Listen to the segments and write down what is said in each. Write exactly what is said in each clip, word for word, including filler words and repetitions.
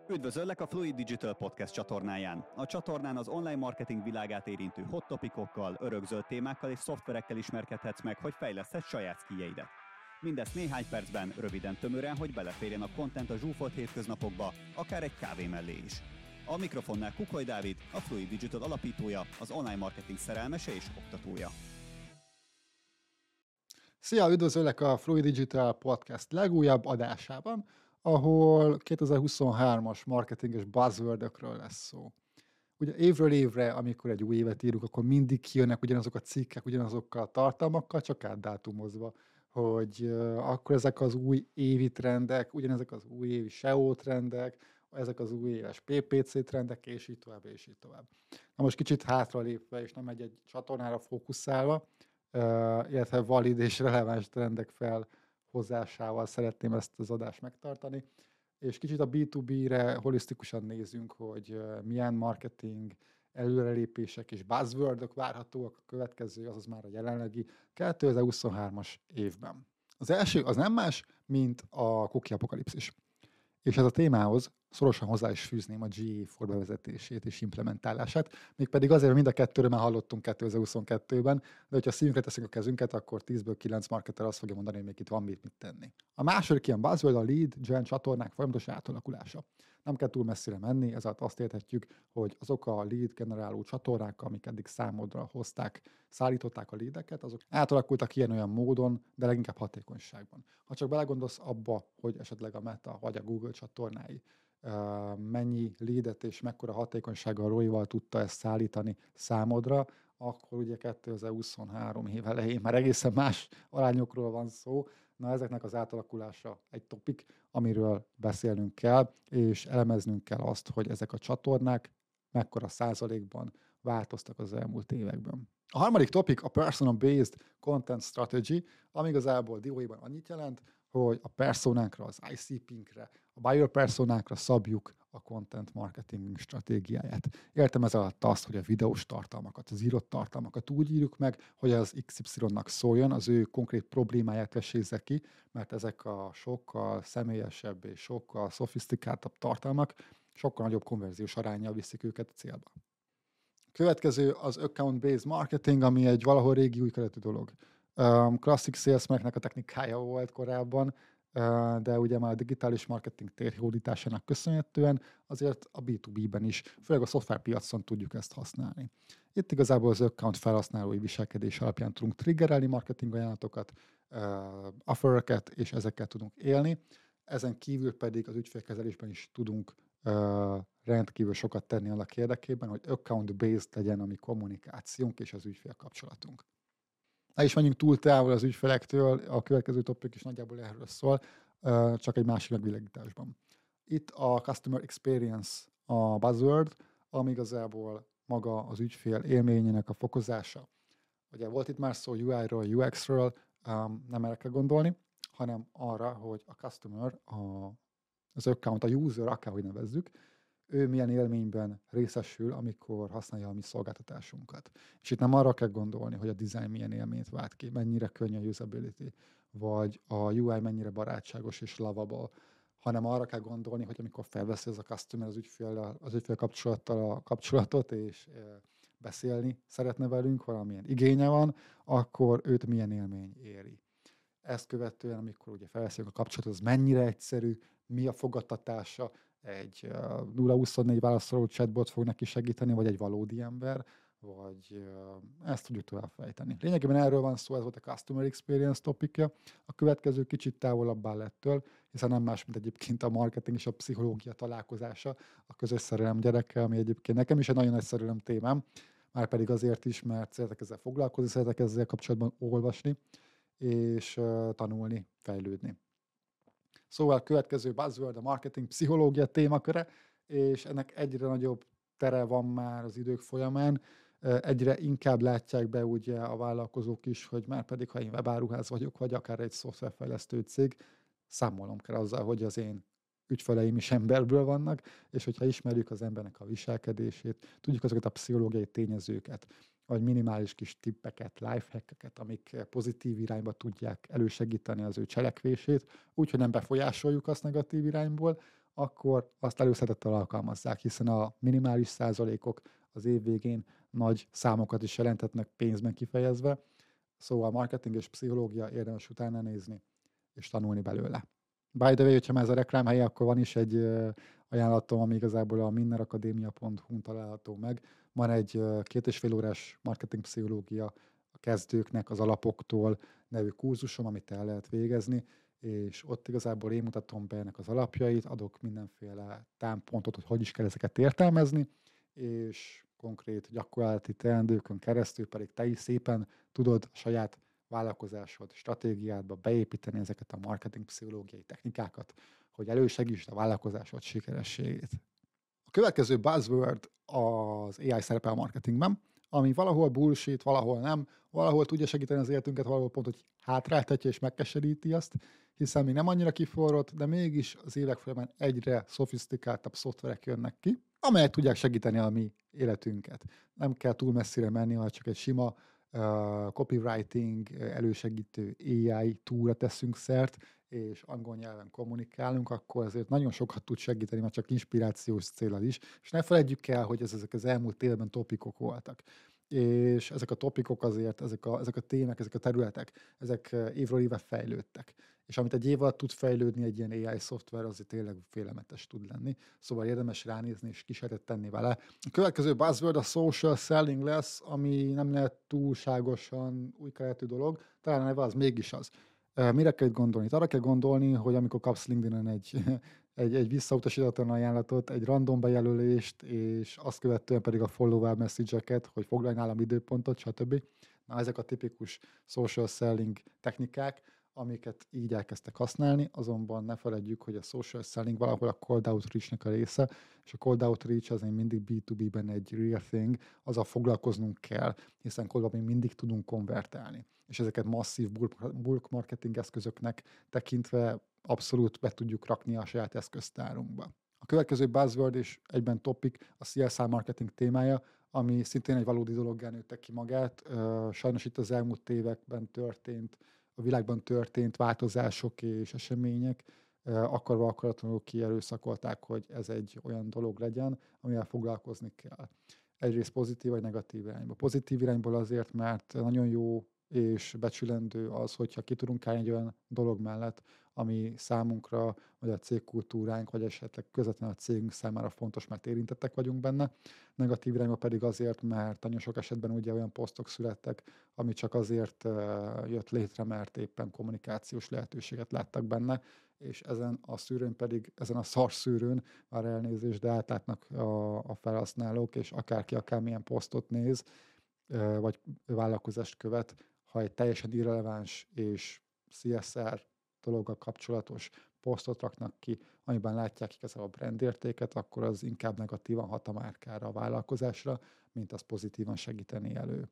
Üdvözöllek a Fluid Digital Podcast csatornáján. A csatornán az online marketing világát érintő hot topikokkal, örökzöld témákkal és szoftverekkel ismerkedhetsz meg, hogy fejleszthetsz saját skilljeidet. Mindezt néhány percben, röviden tömören, hogy beleférjen a content a zsúfolt hétköznapokba, akár egy kávé mellé is. A mikrofonnál Kukoly Dávid, a Fluid Digital alapítója, az online marketing szerelmese és oktatója. Szia, üdvözöllek a Fluid Digital Podcast legújabb adásában, ahol kétezer-huszonhármas marketing és buzzwordökről lesz szó. Ugye évről évre, amikor egy új évet írunk, akkor mindig kijönnek ugyanazok a cikkek, ugyanazokkal a tartalmakkal, csak átdátumozva, hogy uh, akkor ezek az új évi trendek, ugyanezek az új évi es e o trendek, ezek az új éves pé pé cé trendek, és így tovább, és így tovább. Na most kicsit hátralépve, és nem egy-egy csatornára fókuszálva, uh, illetve valid és releváns trendek felhozásával szeretném ezt az adást megtartani, és kicsit a bé kettő bé-re holisztikusan nézünk, hogy uh, milyen marketing előrelépések és buzzwordok várhatóak a következő, azaz már a jelenlegi kétezer-huszonhármas évben. Az első az nem más, mint a cookie apokalipszis. És ez a témához szorosan hozzá is fűzném a gé á for bevezetését és implementálását, mégpedig azért, mert mind a kettőről már hallottunk kétezer-huszonkettőben, de hogyha szívünkre teszünk a kezünket, akkor tízből kilenc marketer azt fogja mondani, hogy még itt van mit, mit tenni. A második ilyen buzzword a lead gen csatornák folyamatos átalakulása. Nem kell túl messzire menni, ezért azt érthetjük, hogy azok a lead generáló csatornák, amik eddig számodra hozták, szállították a leadeket, azok átalakultak ilyen-olyan módon, de leginkább hatékonyságban. Ha csak belegondolsz abba, hogy esetleg a Meta vagy a Google csatornái uh, mennyi leadet és mekkora hatékonysággal er o i-val tudta ezt szállítani számodra, akkor ugye kétezer-huszonhárom év elején már egészen más arányokról van szó. Na, ezeknek az átalakulása egy topik, amiről beszélnünk kell, és elemeznünk kell azt, hogy ezek a csatornák mekkora százalékban változtak az elmúlt években. A harmadik topik a Persona-Based Content Strategy, ami igazából dióhéjban annyit jelent, hogy a personákra, az i cé pé-nkre, a buyer personákra szabjuk a content marketing stratégiáját. Értem ez alatt azt, hogy a videós tartalmakat, az írott tartalmakat úgy írjuk meg, hogy az iksz ipszilonnak szóljon, az ő konkrét problémáját vesézze ki, mert ezek a sokkal személyesebb és sokkal szofisztikáltabb tartalmak sokkal nagyobb konverziós aránnyal viszik őket a célba. Következő az account-based marketing, ami egy valahol régi új keletű dolog. Um, Classic salesmannek a technikája volt korábban, uh, de ugye már a digitális marketing térhódításának köszönhetően azért a bé kettő bé-ben is, főleg a szoftverpiacon tudjuk ezt használni. Itt igazából az account felhasználói viselkedés alapján tudunk triggerelni marketing ajánlatokat, uh, offereket, és ezekkel tudunk élni. Ezen kívül pedig az ügyfélkezelésben is tudunk uh, rendkívül sokat tenni annak érdekében, hogy account-based legyen a mi kommunikációnk és az ügyfél kapcsolatunk. Ne is menjünk túl távol az ügyfelektől, a következő topik is nagyjából erről szól, csak egy másik megvilágításban. Itt a Customer Experience a buzzword, ami igazából maga az ügyfél élményének a fokozása. Ugye volt itt már szó u i-ról, u iksz-ről, nem erre kell gondolni, hanem arra, hogy a customer, a, az account, a user, akárhogy nevezzük, ő milyen élményben részesül, amikor használja a mi szolgáltatásunkat. És itt nem arra kell gondolni, hogy a design milyen élményt vált ki, mennyire könnyű a usability, vagy a u i mennyire barátságos és lovable, hanem arra kell gondolni, hogy amikor felveszi az a customer az ügyfél, az ügyfél kapcsolattal a kapcsolatot, és e, beszélni szeretne velünk, valamilyen igénye van, akkor őt milyen élmény éri. Ezt követően, amikor ugye felveszik a kapcsolatot, az mennyire egyszerű, mi a fogadtatása, egy uh, nulla huszonnégy válaszoló chatbot fog neki segíteni, vagy egy valódi ember, vagy uh, ezt tudjuk tovább fejteni. Lényegében erről van szó, ez volt a Customer Experience topikja. A következő kicsit távolabb áll ettől, hiszen nem más, mint egyébként a marketing és a pszichológia találkozása, a közös szerelem gyereke, ami egyébként nekem is egy nagyon nagy szerelem témám, már pedig azért is, mert szeretek ezzel foglalkozni, szeretek ezzel kapcsolatban olvasni, és uh, tanulni, fejlődni. Szóval a következő buzzword a marketing pszichológia témaköre, és ennek egyre nagyobb tere van már az idők folyamán. Egyre inkább látják be ugye a vállalkozók is, hogy már pedig, ha én webáruház vagyok, vagy akár egy szoftverfejlesztő cég, számolnom kell azzal, hogy az én ügyfeleim is emberből vannak, és hogyha ismerjük az embernek a viselkedését, tudjuk azokat a pszichológiai tényezőket, vagy minimális kis tippeket, lifehackeket, amik pozitív irányba tudják elősegíteni az ő cselekvését, úgyhogy nem befolyásoljuk azt negatív irányból, akkor azt előszeretettel alkalmazzák, hiszen a minimális százalékok az év végén nagy számokat is jelentetnek pénzben kifejezve, szóval marketing és pszichológia érdemes utána nézni és tanulni belőle. By the way, hogyha már ez a reklámhelye, akkor van is egy ö, ajánlatom, ami igazából a minnerakadémia pont hu-n található meg. Van egy ö, két és fél órás marketing pszichológia a kezdőknek az alapoktól nevű kurzusom, amit el lehet végezni, és ott igazából én mutatom be ennek az alapjait, adok mindenféle támpontot, hogy hogy is kell ezeket értelmezni, és konkrét gyakorlati teendőkön keresztül pedig te is szépen tudod a saját vállalkozásod stratégiádba beépíteni ezeket a marketing pszichológiai technikákat, hogy elősegítsd a vállalkozásod sikerességét. A következő buzzword az á i szerepe a marketingben, ami valahol bullshit, valahol nem, valahol tudja segíteni az életünket, valahol pont, hogy hátráltatja és megkeseríti azt, hiszen még nem annyira kiforrott, de mégis az évek folyamán egyre szofisztikáltabb szoftverek jönnek ki, amelyek tudják segíteni a mi életünket. Nem kell túl messzire menni, ha csak egy sima uh, copywriting elősegítő á i túlra teszünk szert, és angol nyelven kommunikálunk, akkor azért nagyon sokat tud segíteni, már csak inspirációs céllal is. És ne felejtjük el, hogy ez, ezek az elmúlt évben topikok voltak. És ezek a topikok azért, ezek a, ezek a témák, ezek a területek, ezek évről évre fejlődtek. És amit egy év alatt tud fejlődni egy ilyen á i szoftver, azért tényleg félelmetes tud lenni. Szóval érdemes ránézni és kísérletet tenni vele. A következő buzzword a social selling lesz, ami nem lehet túlságosan új keletű dolog, talán a neve az mégis az. Mire kell itt gondolni? Arra kell gondolni, hogy amikor kapsz LinkedIn-en egy, egy, egy visszautasítatlan ajánlatot, egy random bejelölést, és azt követően pedig a follow-up message-eket, hogy foglalj nálam időpontot, stb. Na, ezek a tipikus social selling technikák, amiket így elkezdtek használni, azonban ne feledjük, hogy a social selling valahol a cold outreach-nek a része, és a cold outreach az még mindig bé kettő bé-ben egy real thing, azzal foglalkoznunk kell, hiszen coldban még mindig tudunk konvertálni. És ezeket masszív bulk marketing eszközöknek tekintve abszolút be tudjuk rakni a saját eszköztárunkba. A következő buzzword és egyben topic a cé es er marketing témája, ami szintén egy valódi dologgá nőtte ki magát. Sajnos itt az elmúlt években történt, a világban történt változások és események akarva akaratlanul kierőszakolták, hogy ez egy olyan dolog legyen, amivel foglalkozni kell. Egyrészt pozitív vagy negatív irányba. Pozitív irányból azért, mert nagyon jó és becsülendő az, hogyha ki tudunk állni egy olyan dolog mellett, ami számunkra, vagy a cégkultúránk, vagy esetleg közvetlenül a cégünk számára fontos, mert érintettek vagyunk benne. Negatív irányba pedig azért, mert nagyon sok esetben ugye olyan posztok születtek, ami csak azért uh, jött létre, mert éppen kommunikációs lehetőséget láttak benne, és ezen a szűrőn pedig, ezen a szar szűrőn már elnézést, de átlátnak a, a felhasználók, és akárki akármilyen posztot néz, uh, vagy vállalkozást követ, ha egy teljesen irreleváns és cé es er dologgal kapcsolatos posztot raknak ki, amiben látják igazából a brandértéket, akkor az inkább negatívan hat a márkára, a vállalkozásra, mint az pozitívan segíteni elő.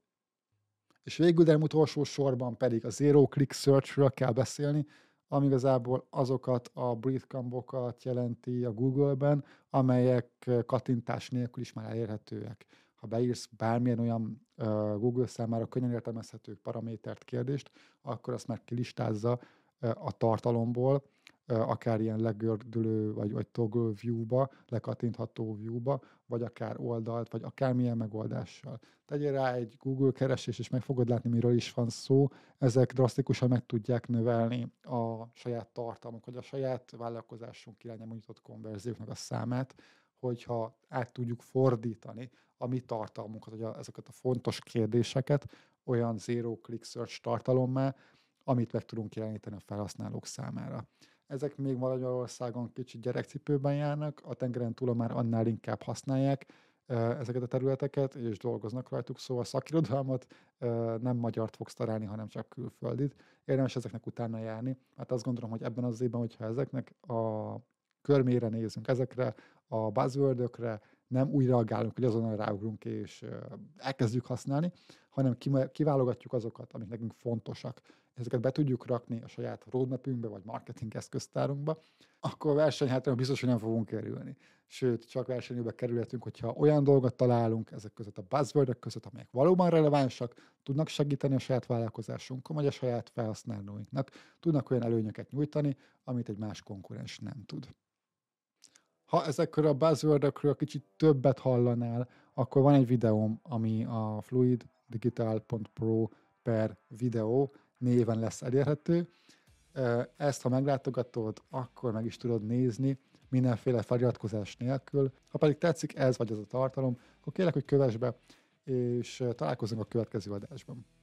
És végül, de nem utolsó sorban pedig a Zero Click Search-ről kell beszélni, ami igazából azokat a breadcrumbokat jelenti a Google-ben, amelyek kattintás nélkül is már elérhetőek. Ha beírsz bármilyen olyan uh, Google számára könnyen értelmezhető paramétert, kérdést, akkor azt már kilistázza uh, a tartalomból, uh, akár ilyen legördülő, vagy, vagy toggle view-ba, lekattintható view-ba, vagy akár oldalt, vagy akármilyen megoldással. Tegyél rá egy Google keresés, és meg fogod látni, miről is van szó. Ezek drasztikusan meg tudják növelni a saját tartalmuk, vagy a saját vállalkozásunk irányába nyitott konverzióknak a számát, hogyha át tudjuk fordítani a mi tartalmunkat, vagy a, ezeket a fontos kérdéseket olyan zero click search tartalommá, amit meg tudunk jeleníteni a felhasználók számára. Ezek még Magyarországon kicsit gyerekcipőben járnak, a tengeren túl már annál inkább használják ezeket a területeket, és dolgoznak rajtuk, szóval szakirodalmat nem magyart fogsz találni, hanem csak külföldit. Érdemes ezeknek utána járni, mert azt gondolom, hogy ebben az évben, hogyha ezeknek a körmére nézünk, ezekre a buzzwordökre nem úgy reagálunk, hogy azonnal ráugrunk és elkezdjük használni, hanem kiválogatjuk azokat, amik nekünk fontosak, ezeket be tudjuk rakni a saját roadmapünkbe, vagy marketing eszköztárunkba, akkor versenyhátrányban biztos, hogy nem fogunk kerülni. Sőt, csak versenybe kerülhetünk, hogyha olyan dolgot találunk ezek között a buzzwordök között, amelyek valóban relevánsak, tudnak segíteni a saját vállalkozásunkon, vagy a saját felhasználóinknak, tudnak olyan előnyöket nyújtani, amit egy más konkurens nem tud. Ha ezekről a buzzwordokról kicsit többet hallanál, akkor van egy videóm, ami a fluiddigital pont pro per videó néven lesz elérhető. Ezt, ha meglátogatod, akkor meg is tudod nézni, mindenféle feliratkozás nélkül. Ha pedig tetszik ez vagy az a tartalom, akkor kérlek, hogy kövess be, és találkozunk a következő adásban.